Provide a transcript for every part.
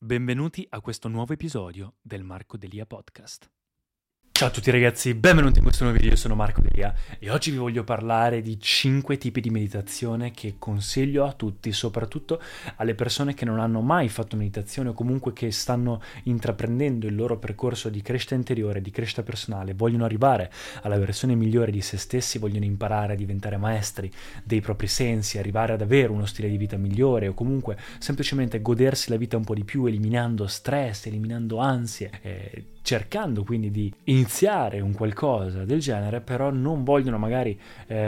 Benvenuti a questo nuovo episodio del Marco Delia Podcast. Ciao a tutti ragazzi, benvenuti in questo nuovo video, io sono Marco Delia e oggi vi voglio parlare di 5 tipi di meditazione che consiglio a tutti, soprattutto alle persone che non hanno mai fatto meditazione o comunque che stanno intraprendendo il loro percorso di crescita interiore, di crescita personale, vogliono arrivare alla versione migliore di se stessi, vogliono imparare a diventare maestri dei propri sensi, arrivare ad avere uno stile di vita migliore o comunque semplicemente godersi la vita un po' di più, eliminando stress, eliminando ansie, cercando quindi di iniziare un qualcosa del genere, però non vogliono magari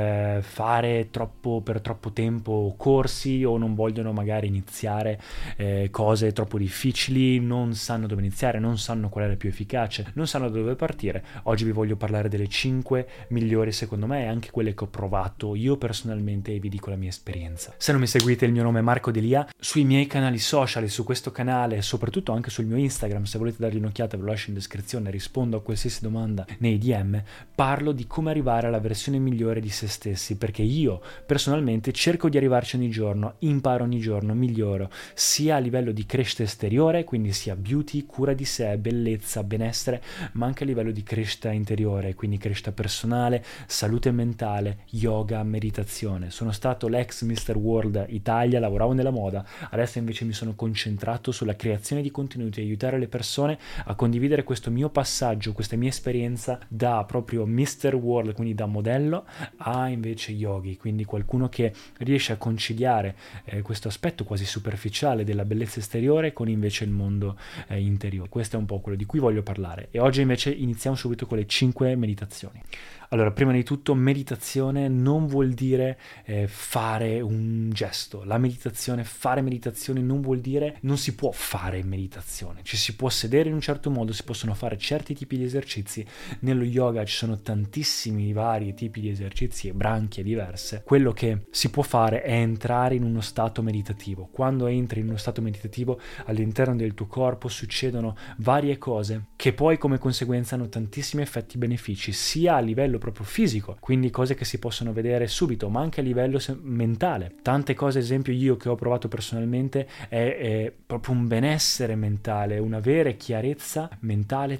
fare per troppo tempo corsi o non vogliono magari iniziare cose troppo difficili, non sanno dove iniziare, non sanno qual è la più efficace, non sanno da dove partire. Oggi vi voglio parlare delle 5 migliori secondo me e anche quelle che ho provato io personalmente e vi dico la mia esperienza. Se non mi seguite, il mio nome è Marco Delia, sui miei canali social e su questo canale, soprattutto anche sul mio Instagram, se volete dargli un'occhiata ve lo lascio in descrizione, rispondo a qualsiasi domanda nei DM, parlo di come arrivare alla versione migliore di se stessi, perché io personalmente cerco di arrivarci ogni giorno, imparo ogni giorno, miglioro, sia a livello di crescita esteriore, quindi sia beauty, cura di sé, bellezza, benessere, ma anche a livello di crescita interiore, quindi crescita personale, salute mentale, yoga, meditazione. Sono stato l'ex Mr. World Italia, lavoravo nella moda, adesso invece mi sono concentrato sulla creazione di contenuti e aiutare le persone a condividere questo mio passaggio, questa mia esperienza da proprio Mr. World, quindi da modello, a invece yogi, quindi qualcuno che riesce a conciliare questo aspetto quasi superficiale della bellezza esteriore con invece il mondo interiore. Questo è un po' quello di cui voglio parlare e oggi invece iniziamo subito con le 5 meditazioni. Allora, prima di tutto, meditazione non vuol dire fare un gesto. La meditazione, fare meditazione non vuol dire non si può fare meditazione. Ci si può sedere in un certo modo, si possono fare certi tipi di esercizi. Nello yoga ci sono tantissimi vari tipi di esercizi e branche diverse. Quello che si può fare è entrare in uno stato meditativo. Quando entri in uno stato meditativo, all'interno del tuo corpo succedono varie cose che poi come conseguenza hanno tantissimi effetti benefici, sia a livello proprio fisico, quindi cose che si possono vedere subito, ma anche a livello mentale. Tante cose, ad esempio io che ho provato personalmente, è proprio un benessere mentale, una vera chiarezza mentale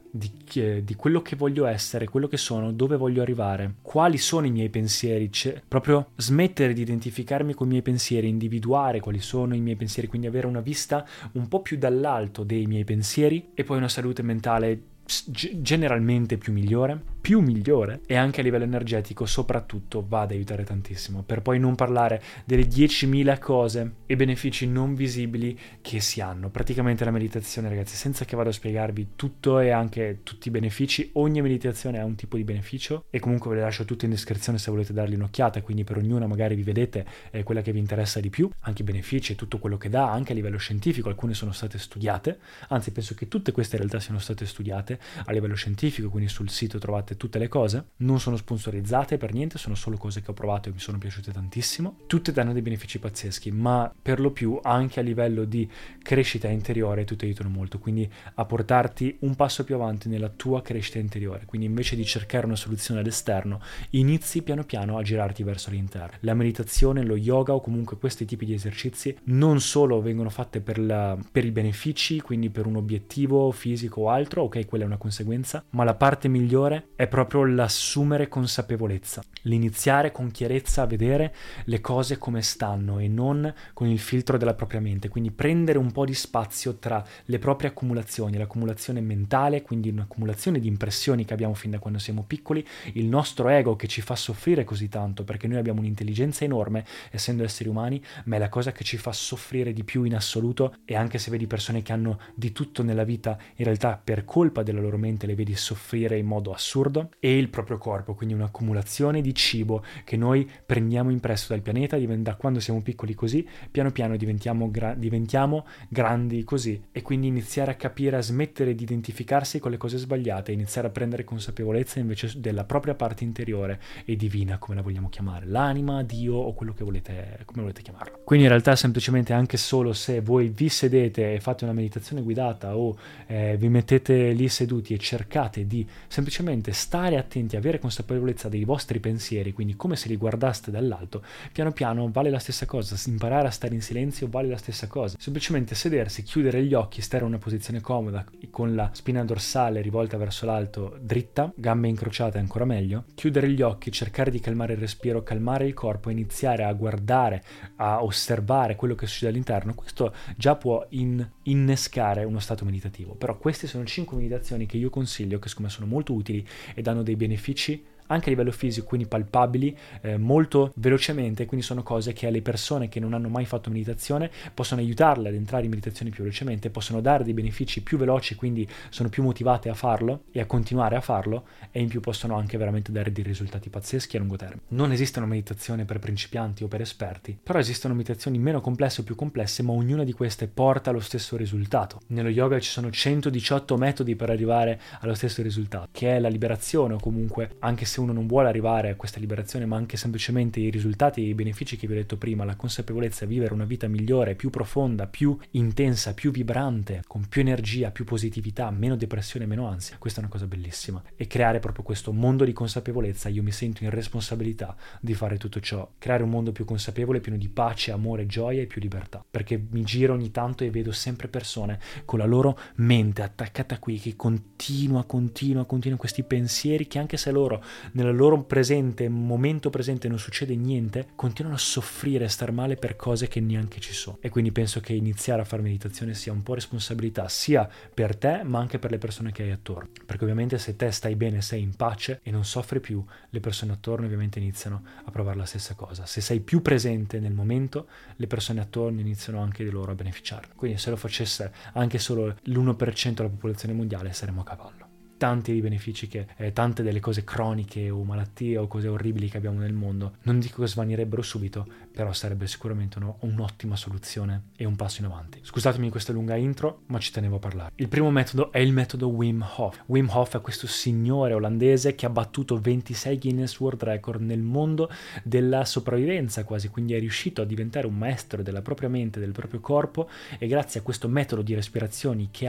di quello che voglio essere, quello che sono, dove voglio arrivare, quali sono i miei pensieri, proprio smettere di identificarmi con i miei pensieri, individuare quali sono i miei pensieri, quindi avere una vista un po' più dall'alto dei miei pensieri e poi una salute mentale generalmente più migliore e anche a livello energetico soprattutto va ad aiutare tantissimo, per poi non parlare delle 10.000 cose e benefici non visibili che si hanno. Praticamente la meditazione, ragazzi, senza che vado a spiegarvi tutto e anche tutti i benefici, ogni meditazione ha un tipo di beneficio e comunque ve le lascio tutte in descrizione se volete dargli un'occhiata, quindi per ognuna magari vi vedete quella che vi interessa di più, anche i benefici e tutto quello che dà, anche a livello scientifico. Alcune sono state studiate, anzi penso che tutte queste in realtà siano state studiate a livello scientifico, quindi sul sito trovate tutte le cose, non sono sponsorizzate per niente, sono solo cose che ho provato e mi sono piaciute tantissimo, tutte danno dei benefici pazzeschi, ma per lo più anche a livello di crescita interiore tutte aiutano molto, quindi a portarti un passo più avanti nella tua crescita interiore, quindi invece di cercare una soluzione all'esterno inizi piano piano a girarti verso l'interno. La meditazione, lo yoga o comunque questi tipi di esercizi non solo vengono fatte per i benefici, quindi per un obiettivo fisico o altro, ok, quella è una conseguenza, ma la parte migliore è proprio l'assumere consapevolezza, l'iniziare con chiarezza a vedere le cose come stanno e non con il filtro della propria mente, quindi prendere un po' di spazio tra le proprie accumulazioni, l'accumulazione mentale, quindi un'accumulazione di impressioni che abbiamo fin da quando siamo piccoli, il nostro ego che ci fa soffrire così tanto perché noi abbiamo un'intelligenza enorme essendo esseri umani, ma è la cosa che ci fa soffrire di più in assoluto. E anche se vedi persone che hanno di tutto nella vita, in realtà per colpa della loro mente le vedi soffrire in modo assurdo, e il proprio corpo, quindi un'accumulazione di cibo che noi prendiamo in prestito dal pianeta, da quando siamo piccoli così, piano piano diventiamo grandi così, e quindi iniziare a capire, a smettere di identificarsi con le cose sbagliate, iniziare a prendere consapevolezza invece della propria parte interiore e divina, come la vogliamo chiamare, l'anima, Dio o quello che volete, come volete chiamarlo. Quindi in realtà semplicemente anche solo se voi vi sedete e fate una meditazione guidata o vi mettete lì seduti e cercate di semplicemente stare attenti, avere consapevolezza dei vostri pensieri, quindi come se li guardaste dall'alto, piano piano vale la stessa cosa, imparare a stare in silenzio vale la stessa cosa, semplicemente sedersi, chiudere gli occhi, stare in una posizione comoda, con la spina dorsale rivolta verso l'alto dritta, gambe incrociate ancora meglio, chiudere gli occhi, cercare di calmare il respiro, calmare il corpo, iniziare a guardare, a osservare quello che succede all'interno. Questo già può innescare uno stato meditativo. Però queste sono 5 meditazioni che io consiglio, che secondo me sono molto utili e danno dei benefici anche a livello fisico, quindi palpabili, molto velocemente. Quindi sono cose che alle persone che non hanno mai fatto meditazione possono aiutarle ad entrare in meditazione più velocemente, possono dare dei benefici più veloci, quindi sono più motivate a farlo e a continuare a farlo, e in più possono anche veramente dare dei risultati pazzeschi a lungo termine. Non esistono meditazioni per principianti o per esperti, però esistono meditazioni meno complesse o più complesse, ma ognuna di queste porta allo stesso risultato. Nello yoga ci sono 118 metodi per arrivare allo stesso risultato, che è la liberazione, o comunque, anche se uno non vuole arrivare a questa liberazione, ma anche semplicemente i risultati e i benefici che vi ho detto prima, la consapevolezza, vivere una vita migliore, più profonda, più intensa, più vibrante, con più energia, più positività, meno depressione, meno ansia. Questa è una cosa bellissima. E creare proprio questo mondo di consapevolezza, io mi sento in responsabilità di fare tutto ciò, creare un mondo più consapevole, pieno di pace, amore, gioia e più libertà. Perché mi giro ogni tanto e vedo sempre persone con la loro mente attaccata qui, che continua questi pensieri, che anche se loro nel loro momento presente non succede niente, continuano a soffrire e star male per cose che neanche ci sono. E quindi penso che iniziare a fare meditazione sia un po' responsabilità sia per te ma anche per le persone che hai attorno, perché ovviamente se te stai bene, sei in pace e non soffri più, le persone attorno ovviamente iniziano a provare la stessa cosa. Se sei più presente nel momento, le persone attorno iniziano anche di loro a beneficiarne. Quindi se lo facesse anche solo l'1% della popolazione mondiale, saremmo a cavallo. Tanti dei benefici tante delle cose croniche o malattie o cose orribili che abbiamo nel mondo, non dico che svanirebbero subito, però sarebbe sicuramente un'ottima soluzione e un passo in avanti. Scusatemi questa lunga intro, ma ci tenevo a parlare. Il primo metodo è il metodo Wim Hof. Wim Hof è questo signore olandese che ha battuto 26 Guinness World Record nel mondo della sopravvivenza quasi, quindi è riuscito a diventare un maestro della propria mente, del proprio corpo, e grazie a questo metodo di respirazioni che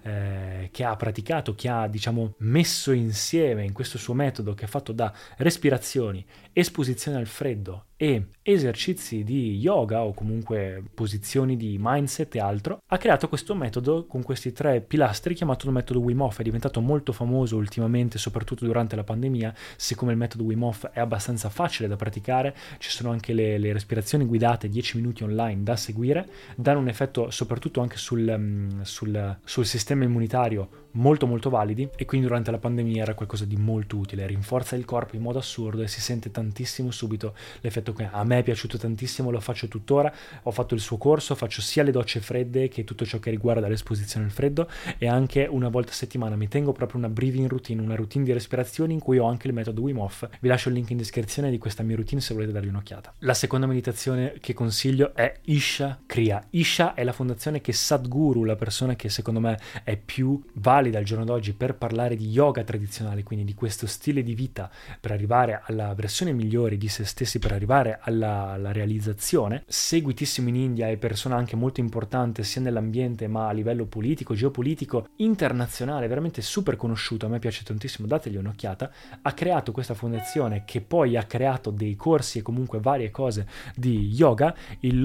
ha praticato, che ha messo insieme in questo suo metodo, che è fatto da respirazioni, esposizione al freddo e esercizi di yoga o comunque posizioni di mindset e altro, ha creato questo metodo con questi 3 pilastri chiamato il metodo Wim Hof. È diventato molto famoso ultimamente, soprattutto durante la pandemia, siccome il metodo Wim Hof è abbastanza facile da praticare. Ci sono anche le respirazioni guidate 10 minuti online da seguire, danno un effetto soprattutto anche sul sistema immunitario molto molto validi, e quindi durante la pandemia era qualcosa di molto utile. Rinforza il corpo in modo assurdo e si sente tantissimo subito l'effetto che a me è piaciuto tantissimo, lo faccio tuttora. Ho fatto il suo corso, faccio sia le docce fredde che tutto ciò che riguarda l'esposizione al freddo, e anche una volta a settimana mi tengo proprio una breathing routine, una routine di respirazioni in cui ho anche il metodo Wim Hof. Vi lascio il link in descrizione di questa mia routine se volete dargli un'occhiata. La seconda meditazione che consiglio è Isha Kriya. Isha è la fondazione che Sadhguru, la persona che secondo me è più valida al giorno d'oggi per parlare di yoga tradizionale, quindi di questo stile di vita per arrivare alla versione migliore di se stessi, per arrivare alla realizzazione, seguitissimo in India e persona anche molto importante sia nell'ambiente ma a livello politico, geopolitico, internazionale, veramente super conosciuto. A me piace tantissimo, dategli un'occhiata. Ha creato questa fondazione che poi ha creato dei corsi e comunque varie cose di yoga.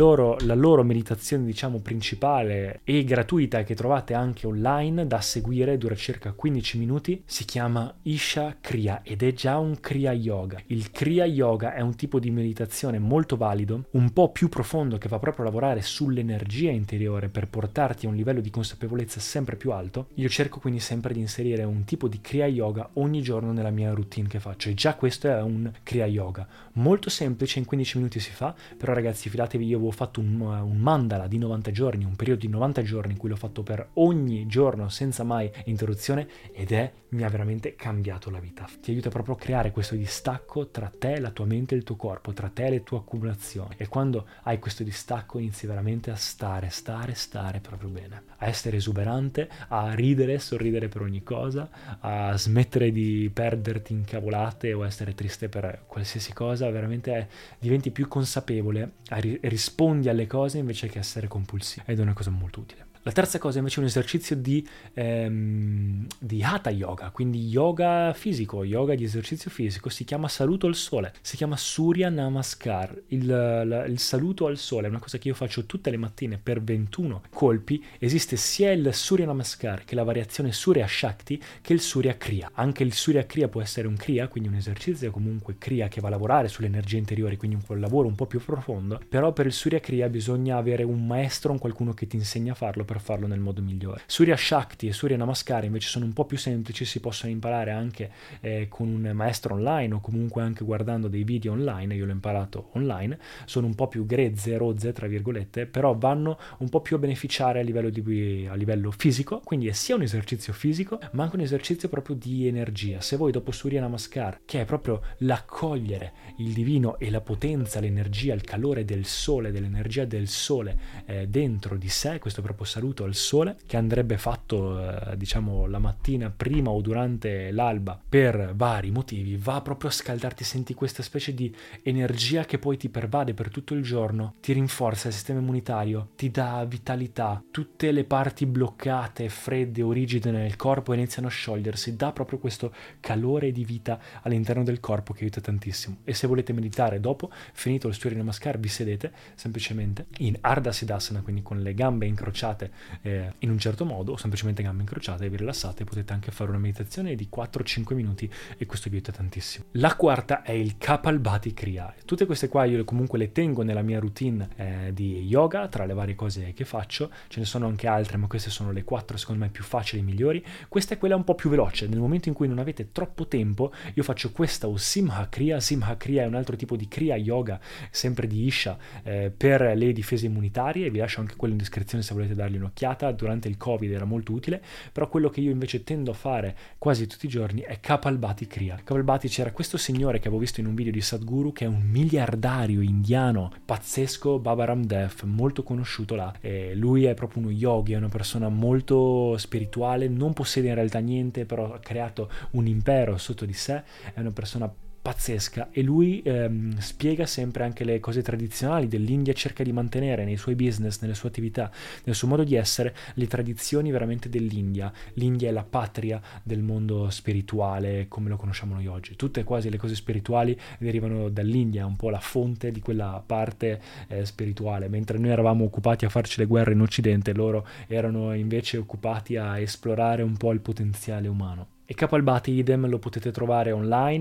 La loro meditazione principale e gratuita, che trovate anche online da seguire, dura circa 15 minuti, si chiama Isha Kriya ed è già un Kriya Yoga. Il Kriya Yoga è un tipo di meditazione molto valido, un po' più profondo, che va proprio a lavorare sull'energia interiore per portarti a un livello di consapevolezza sempre più alto. Io cerco quindi sempre di inserire un tipo di Kriya Yoga ogni giorno nella mia routine che faccio, e già questo è un Kriya Yoga molto semplice, in 15 minuti si fa. Però ragazzi, fidatevi, io avevo fatto un mandala di 90 giorni, un periodo di 90 giorni in cui l'ho fatto per ogni giorno senza mai interruzione, ed mi ha veramente cambiato la vita. Ti aiuta proprio a creare questo distacco tra te, la tua mente e il tuo corpo, tra te e le tue accumulazioni, e quando hai questo distacco inizi veramente a stare proprio bene, a essere esuberante, a ridere, sorridere per ogni cosa, a smettere di perderti in cavolate o essere triste per qualsiasi cosa. Veramente diventi più consapevole, rispondi alle cose invece che essere compulsivo, ed è una cosa molto utile. La terza cosa invece è un esercizio di Hatha Yoga, quindi yoga fisico, yoga di esercizio fisico, si chiama saluto al sole, si chiama Surya Namaskar, il saluto al sole, è una cosa che io faccio tutte le mattine per 21 colpi. Esiste sia il Surya Namaskar che la variazione Surya Shakti che il Surya Kriya. Anche il Surya Kriya può essere un Kriya, quindi un esercizio comunque Kriya che va a lavorare sulle energie interiori, quindi un lavoro un po' più profondo, però per il Surya Kriya bisogna avere un maestro, qualcuno che ti insegna a farlo per farlo nel modo migliore. Surya Shakti e Surya Namaskar invece sono un po' più semplici, si possono imparare anche con un maestro online o comunque anche guardando dei video online. Io l'ho imparato online, sono un po' più grezze, rozze tra virgolette, però vanno un po' più a beneficiare a livello fisico, quindi è sia un esercizio fisico ma anche un esercizio proprio di energia. Se voi dopo Surya Namaskar, che è proprio l'accogliere il divino e la potenza, l'energia, il calore del sole, dell'energia del sole dentro di sé, questo proprio saluto al sole che andrebbe fatto diciamo la mattina prima o durante l'alba per vari motivi, va proprio a scaldarti, senti questa specie di energia che poi ti pervade per tutto il giorno, ti rinforza il sistema immunitario, ti dà vitalità, tutte le parti bloccate, fredde o rigide nel corpo iniziano a sciogliersi, dà proprio questo calore di vita all'interno del corpo che aiuta tantissimo. E se volete meditare dopo, finito il Surya Namaskar, vi sedete semplicemente in Ardha Siddhasana, quindi con le gambe incrociate in un certo modo, o semplicemente gambe incrociate, vi rilassate, potete anche fare una meditazione di 4-5 minuti e questo vi aiuta tantissimo. La quarta è il Kapalbhati Kriya. Tutte queste qua io comunque le tengo nella mia routine di yoga, tra le varie cose che faccio, ce ne sono anche altre, ma queste sono le 4 secondo me più facili e migliori. Questa è quella un po' più veloce, nel momento in cui non avete troppo tempo, io faccio questa o Simha Kriya. Simha Kriya è un altro tipo di Kriya Yoga, sempre di Isha, per le difese immunitarie, vi lascio anche quello in descrizione se volete dargli un'occhiata, durante il Covid era molto utile, però quello che io invece tendo a fare quasi tutti i giorni è Kapalbhati Kriya. Kapalbhati, c'era questo signore che avevo visto in un video di Sadhguru che è un miliardario indiano pazzesco, Baba Ramdev, molto conosciuto là, e lui è proprio uno yogi, è una persona molto spirituale, non possiede in realtà niente, però ha creato un impero sotto di sé, è una persona pazzesca e lui spiega sempre anche le cose tradizionali dell'India, cerca di mantenere nei suoi business, nelle sue attività, nel suo modo di essere, le tradizioni veramente dell'India. L'India è la patria del mondo spirituale come lo conosciamo noi oggi, tutte quasi le cose spirituali derivano dall'India, è un po' la fonte di quella parte spirituale, mentre noi eravamo occupati a farci le guerre in Occidente, loro erano invece occupati a esplorare un po' il potenziale umano. E Kapalbhati idem lo potete trovare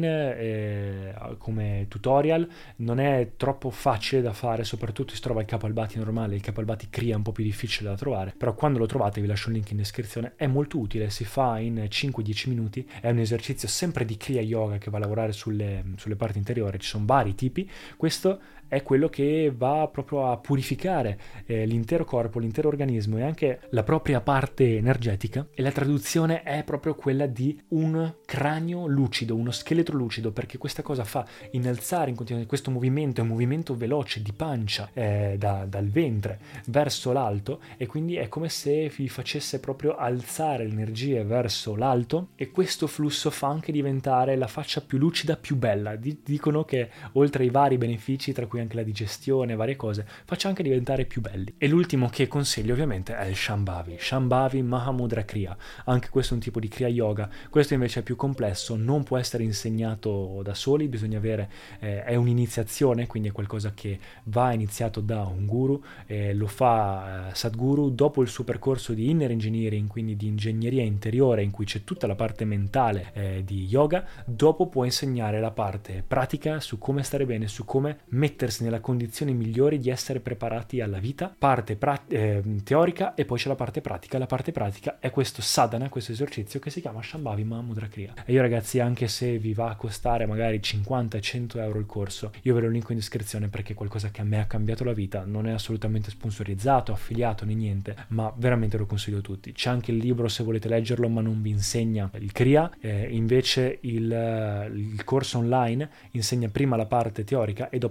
online come tutorial, non è troppo facile da fare, soprattutto si trova il Kapalbhati normale, il Kapalbhati Kriya è un po' più difficile da trovare, però quando lo trovate vi lascio un link in descrizione, è molto utile, si fa in 5-10 minuti, è un esercizio sempre di Kriya Yoga che va a lavorare sulle parti interiori, ci sono vari tipi, questo è quello che va proprio a purificare l'intero corpo, l'intero organismo e anche la propria parte energetica, e la traduzione è proprio quella di un cranio lucido, uno scheletro lucido, perché questa cosa fa innalzare in continuazione, questo movimento è un movimento veloce di pancia dal ventre verso l'alto, e quindi è come se vi facesse proprio alzare le energie verso l'alto, e questo flusso fa anche diventare la faccia più lucida, più bella. Dicono che oltre ai vari benefici, tra cui anche la digestione, varie cose, faccia anche diventare più belli. E l'ultimo che consiglio ovviamente è il Shambhavi Mahamudra Kriya, anche questo è un tipo di Kriya Yoga, questo invece è più complesso, non può essere insegnato da soli, bisogna avere, è un'iniziazione, quindi è qualcosa che va iniziato da un guru, lo fa Sadhguru dopo il suo percorso di inner engineering, quindi di ingegneria interiore in cui c'è tutta la parte mentale di yoga, dopo può insegnare la parte pratica su come stare bene, su come mettersi nella condizione migliore di essere preparati alla vita, parte teorica e poi c'è la parte pratica è questo sadhana, questo esercizio che si chiama Shambhavi Mahamudra Kriya. E io ragazzi, anche se vi va a costare magari 50-100 euro il corso, io ve lo linko in descrizione perché è qualcosa che a me ha cambiato la vita, non è assolutamente sponsorizzato, affiliato né niente, ma veramente lo consiglio a tutti. C'è anche il libro se volete leggerlo, ma non vi insegna il Kriya, invece il corso online insegna prima la parte teorica e dopo c'è la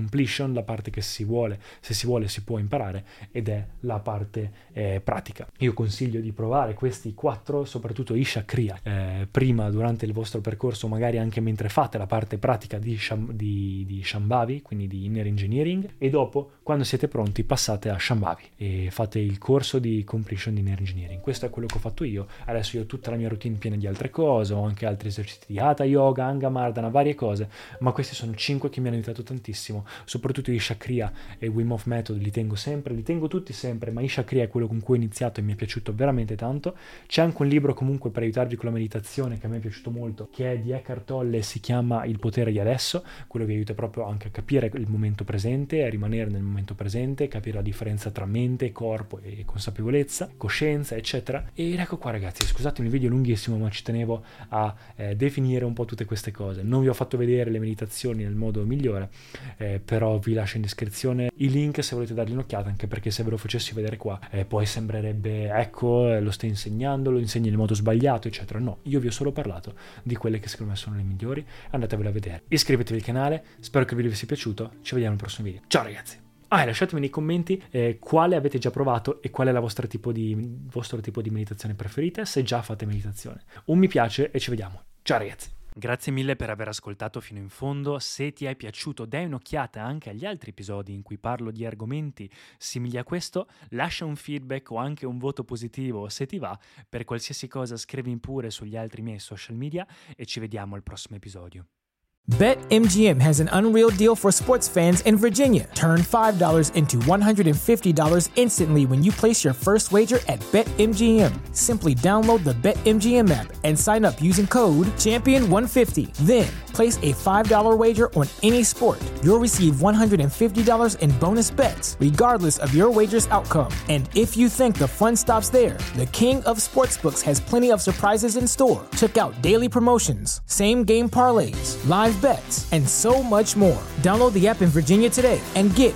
completion, la parte che se si vuole si può imparare, ed è la parte pratica. Io consiglio di provare questi 4, soprattutto Isha Kriya, prima durante il vostro percorso, magari anche mentre fate la parte pratica di Shambhavi, quindi di Inner Engineering, e dopo, quando siete pronti, passate a Shambhavi e fate il corso di completion di Inner Engineering. Questo è quello che ho fatto io. Adesso io ho tutta la mia routine piena di altre cose, ho anche altri esercizi di Hatha Yoga, Anga Mardana, varie cose, ma questi sono 5 che mi hanno aiutato tantissimo, soprattutto Isha Kriya e Wim Hof Method li tengo tutti sempre, ma Isha Kriya è quello con cui ho iniziato e mi è piaciuto veramente tanto. C'è anche un libro comunque per aiutarvi con la meditazione che a me è piaciuto molto, che è di Eckhart Tolle, si chiama Il potere di adesso. Quello vi aiuta proprio anche a capire il momento presente, a rimanere nel momento presente, capire la differenza tra mente, corpo e consapevolezza, coscienza, eccetera. Ed ecco qua, ragazzi, scusatemi il video è lunghissimo, ma ci tenevo a definire un po' tutte queste cose. Non vi ho fatto vedere le meditazioni nel modo migliore, però vi lascio in descrizione i link se volete dargli un'occhiata, anche perché se ve lo facessi vedere qua poi sembrerebbe, ecco, lo stai insegnando, lo insegni nel modo sbagliato, eccetera. No, io vi ho solo parlato di quelle che secondo me sono le migliori, andatevele a vedere. Iscrivetevi al canale, spero che il video vi sia piaciuto, ci vediamo al prossimo video. Ciao ragazzi! E lasciatemi nei commenti quale avete già provato e qual è la vostro tipo di meditazione preferita, se già fate meditazione. Un mi piace e ci vediamo. Ciao ragazzi! Grazie mille per aver ascoltato fino in fondo. Se ti è piaciuto, dai un'occhiata anche agli altri episodi in cui parlo di argomenti simili a questo, lascia un feedback o anche un voto positivo se ti va. Per qualsiasi cosa scrivi pure sugli altri miei social media e ci vediamo al prossimo episodio. BetMGM has an unreal deal for sports fans in Virginia. Turn $5 into $150 instantly when you place your first wager at BetMGM. Simply download the BetMGM app and sign up using code Champion150. Then, place a $5 wager on any sport. You'll receive $150 in bonus bets, regardless of your wager's outcome. And if you think the fun stops there, the King of Sportsbooks has plenty of surprises in store. Check out daily promotions, same-game parlays, live bets, and so much more. Download the app in Virginia today and get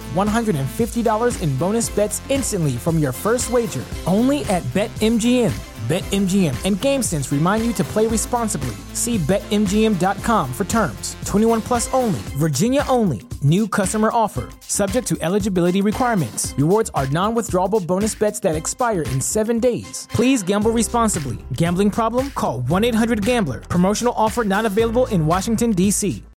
$150 in bonus bets instantly from your first wager. Only at BetMGM. BetMGM and GameSense remind you to play responsibly. See BetMGM.com for terms. 21 plus only. Virginia only. New customer offer. Subject to eligibility requirements. Rewards are non-withdrawable bonus bets that expire in 7 days. Please gamble responsibly. Gambling problem? Call 1-800-GAMBLER. Promotional offer not available in Washington, D.C.